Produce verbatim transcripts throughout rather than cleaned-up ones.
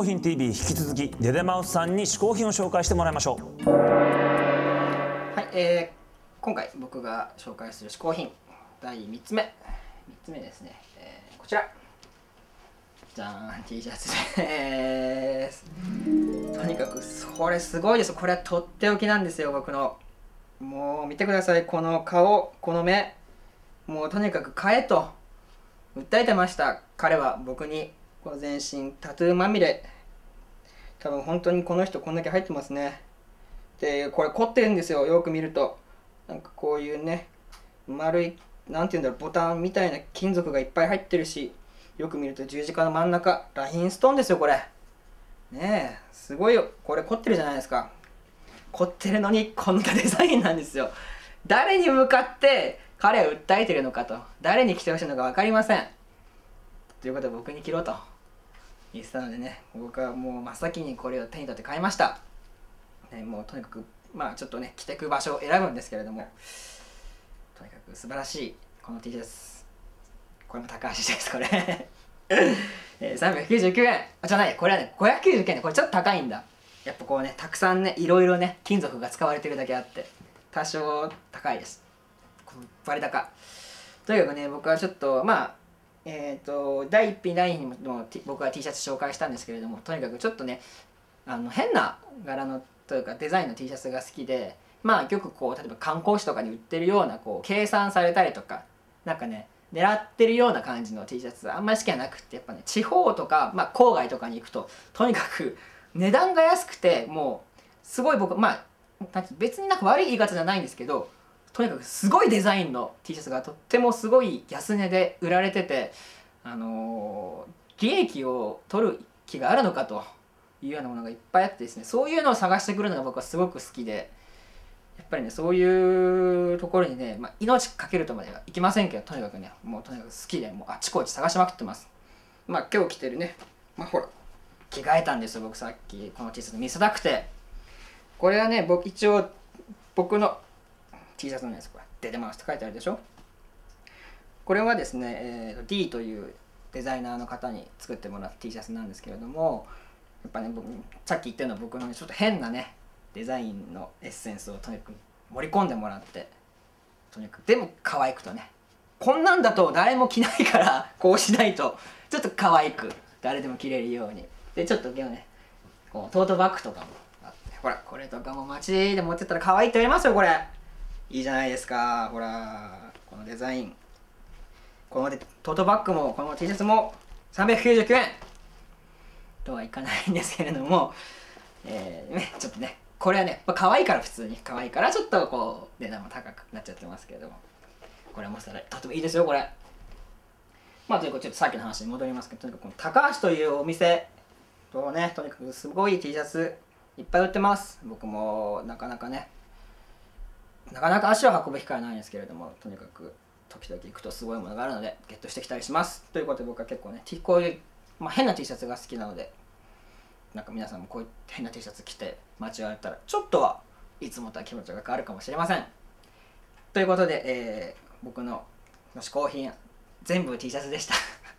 品 ティービー 引き続きデデマウスさんに嗜好品を紹介してもらいましょう。 はい、えー、今回僕が紹介する嗜好品だいみっつめみっつめですね、えー、こちらじゃーん T シャツです。とにかくこれすごいです。これはとっておきなんですよ。僕のもう見てください、この顔、この目、もうとにかく買えと訴えてました。彼は僕に。この全身タトゥーまみれ、多分本当にこの人こんだけ入ってますね。でこれ凝ってるんですよ。よく見るとなんかこういうね丸いなんていうんだろうボタンみたいな金属がいっぱい入ってるし、よく見ると十字架の真ん中ラインストーンですよこれね。えすごいよ、これ凝ってるじゃないですか。凝ってるのにこんなデザインなんですよ。誰に向かって彼は訴えてるのかと、誰に着てほしいのか分かりません。ということで僕に着ろと言ってたのでね、僕はもう真っ先にこれを手に取って買いました、ね、もうとにかくまあちょっとね着てく場所を選ぶんですけれども、とにかく素晴らしいこの T シャツ、これも高橋ですこれ、えー、さんびゃくきゅうじゅうきゅうえん、あじゃない、これはねごひゃくきゅうじゅうきゅうえんで、これちょっと高いんだ。やっぱこうねたくさんねいろいろね金属が使われてるだけあって多少高いです。この割高。とにかくね僕はちょっとまあえーとだいいっぴんだいにも僕は T シャツ紹介したんですけれども、とにかくちょっとねあの変な柄のというかデザインの T シャツが好きで、まあよくこう例えば観光地とかに売ってるようなこう計算されたりとかなんかね狙ってるような感じの T シャツあんまり好きじゃなくて、やっぱね地方とか、まあ、郊外とかに行くととにかく値段が安くてもうすごい僕まあ別になんか悪い言い方じゃないんですけど、とにかくすごいデザインの T シャツがとってもすごい安値で売られてて、あのー、利益を取る気があるのかというようなものがいっぱいあってですね、そういうのを探してくるのが僕はすごく好きで、やっぱりねそういうところにね、まあ、命かけるとまではいきませんけど、とにかくねもうとにかく好きでもうあちこち探しまくってます。まあ今日着てるね、まあほら着替えたんですよ僕さっきこの T シャツ見せたくて。これはね僕一応僕のT シャツなんです。これデデマウスって書いてあるでしょ。これはですね、えー、D というデザイナーの方に作ってもらった T シャツなんですけれども、やっぱね僕さっき言ったような僕の、ね、ちょっと変なねデザインのエッセンスをとにかく盛り込んでもらって、とにかくでも可愛くとね、こんなんだと誰も着ないからこうしないとちょっと可愛く誰でも着れるようにで、ちょっと今日ねこうトートバッグとかもあって、ほらこれとかも街で持ってったら可愛いって言われますよ。これいいじゃないですか。ほらこのデザイン、このトートバッグもこの T シャツもさんびゃくきゅうじゅうきゅうえんとはいかないんですけれども、えーね、ちょっとねこれはね、まあ、可愛いから普通に可愛いからちょっとこう値段も高くなっちゃってますけれども、これもさとてもいいですよこれ。まあということでちょっとさっきの話に戻りますけど、とにかくこの高橋というお店とね、とにかくすごい T シャツいっぱい売ってます。僕もなかなかねなかなか足を運ぶ機会はないんですけれども、とにかく時々行くとすごいものがあるのでゲットしてきたりします。ということで僕は結構ねこういう、まあ、変な T シャツが好きなので、なんか皆さんもこういう変な T シャツ着て街を歩いたらちょっとはいつもとは気持ちが変わるかもしれません。ということで、えー、僕の嗜好品全部 T シャツでした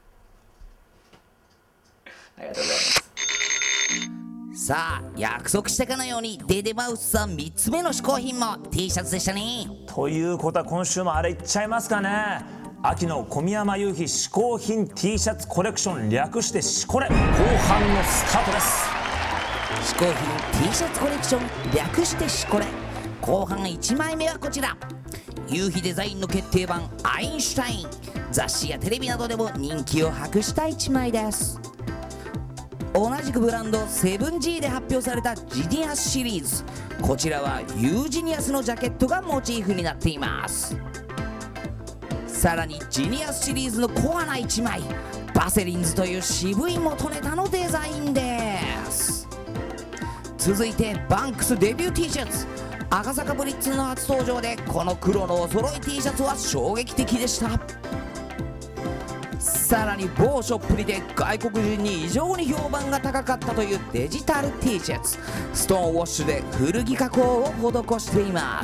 ありがとうございます。 さあ約束したかのようにデデマウスさんみっつめの嗜好品も T シャツでしたね。 ということは今週もあれいっちゃいますかね。秋の小宮山雄飛嗜好品 T シャツコレクション、略してシコレ、後半のスタートです。 嗜好品 T シャツコレクション略してシコレ、後半いちまいめはこちら。夕日デザインの決定版アインシュタイン、雑誌やテレビなどでも人気を博したいちまいです。同じくブランド セブンジー で発表されたジニアスシリーズ、こちらはユージニアスのジャケットがモチーフになっています。さらにジニアスシリーズのコアないちまい、バセリンズという渋い元ネタのデザインです。続いてバンクスデビュー T シャツ、赤坂ブリッツの初登場でこの黒のお揃い T シャツは衝撃的でした。さらに某ショップにて外国人に異常に評判が高かったというデジタル T シャツ、ストーンウォッシュで古着加工を施しています。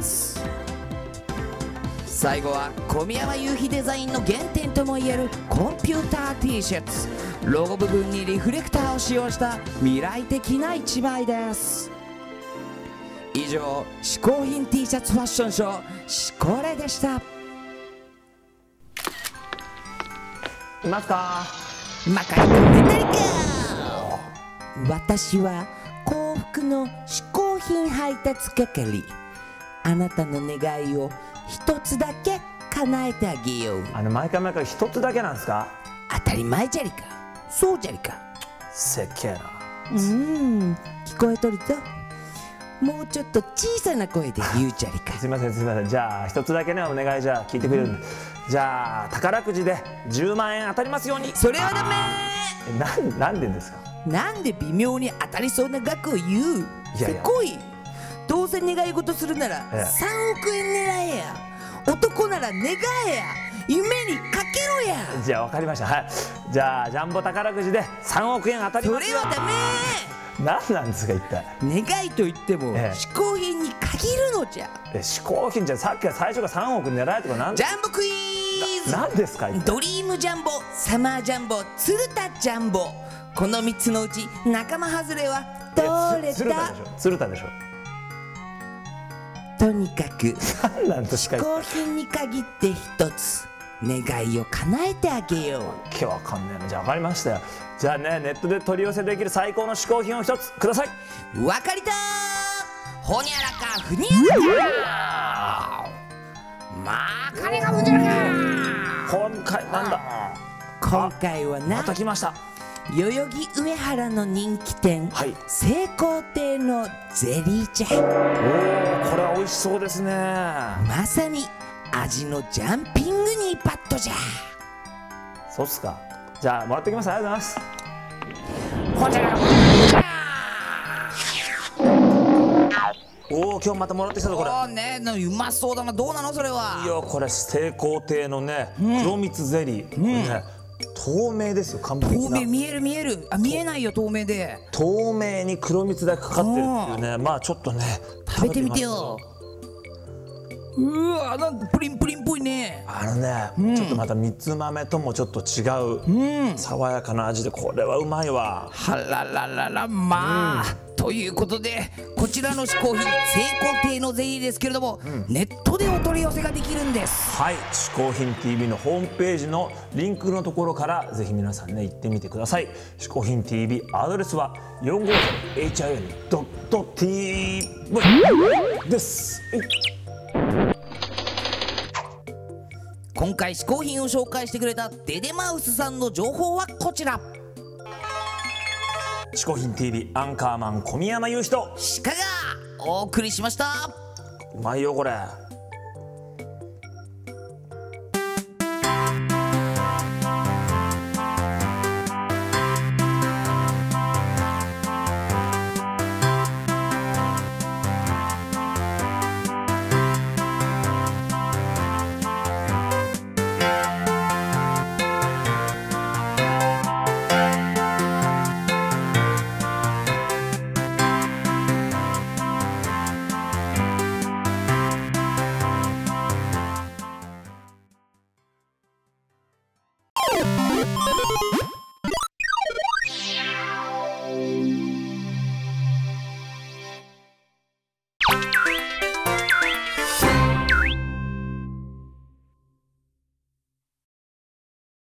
最後は小宮山雄飛デザインの原点ともいえるコンピューター T シャツ、 ロゴ部分にリフレクターを使用した未来的な一枚です。以上、嗜好品 T シャツファッションショーシコレでした。 いますか？ まかりくんメタリカ。私は幸福の嗜好品配達係。あなたの願いを一つだけ叶えてあげよう。 あの毎回毎回一つだけなんですか？ 当たり前じゃりか。そうじゃりか。 せっけえな。 うーん、聞こえとるぞ。もうちょっと小さな声で言うじゃりか。 すいませんすいません。じゃあ一つだけねお願い、じゃあ聞いてくれるんで、じゃあ宝くじでじゅうまんえん当たりますように。 それはダメえななんでですか？ ー。なんで微妙に当たりそうな額を言う。 いやいやせこい。どうせ願い事するならええさんおくえん狙えや。男なら願えや。夢にかけろや。 じゃあ分かりました。はい、じゃあジャンボ宝くじでさんおくえん当たりそますよ。 れはダメ何なんですか一体？ ー。願いと言ってもええ嗜好品に限るのじゃ。 え嗜好品じゃさっきは最初がさんおく狙えとかなんジャンボクイズ。 何ですか一体？ ドリームジャンボ、サマージャンボ、鶴田ジャンボ。このみっつのうち仲間外れはどれだ？ 鶴田でしょ鶴田でしょ。 とにかく何なんですか嗜好品に限って一つ願いを叶えてあげよう。 今日わかんねえな。じゃあ分かりましたよ。じゃあねネットで取り寄せできる最高の嗜好品を一つください。 わかりたー。ほにゃらかふにゃらか。まあ金がふにゃらか。 今回なんだ？ 今回はなまた来ました。 代々木上原の人気店、 はい成功亭のゼリーじゃ。 おお、これは美味しそうですね。 まさに味のジャンピングにパッドじゃ。 そうっすか。じゃあもらってきます。ありがとうございます。 ほにゃらか。 おお、今日またもらってきたぞこれ。 おーね、なうまそうだな。どうなのそれは。 いやこれ成功亭のね、黒蜜ゼリー、これね透明ですよ。完璧な透明。見える見える。あ、見えないよ透明で。 透明に黒蜜だけかかってるっていうね。まあちょっとね食べてみてみますよ。うわ、なんかプリンプリンっぽいね。 あのね、ちょっとまたみつ豆ともちょっと違う、爽やかな味でこれはうまいわ。 はらららら、まあ、ということでこちらの嗜好品成功亭のゼリーですけれども、ネットでお取り寄せができるんです。 はい、嗜好品 ティーブイ のホームページのリンクのところからぜひ皆さんね行ってみてください。嗜好品 ティーブイ アドレスは よんごゼロエイチアイエヌドットティーブイ です。 今回嗜好品を紹介してくれたデデマウスさんの情報はこちら。 嗜好品 ティーブイ アンカーマン小宮山雄人。 鹿がお送りしました。 うまいよこれ。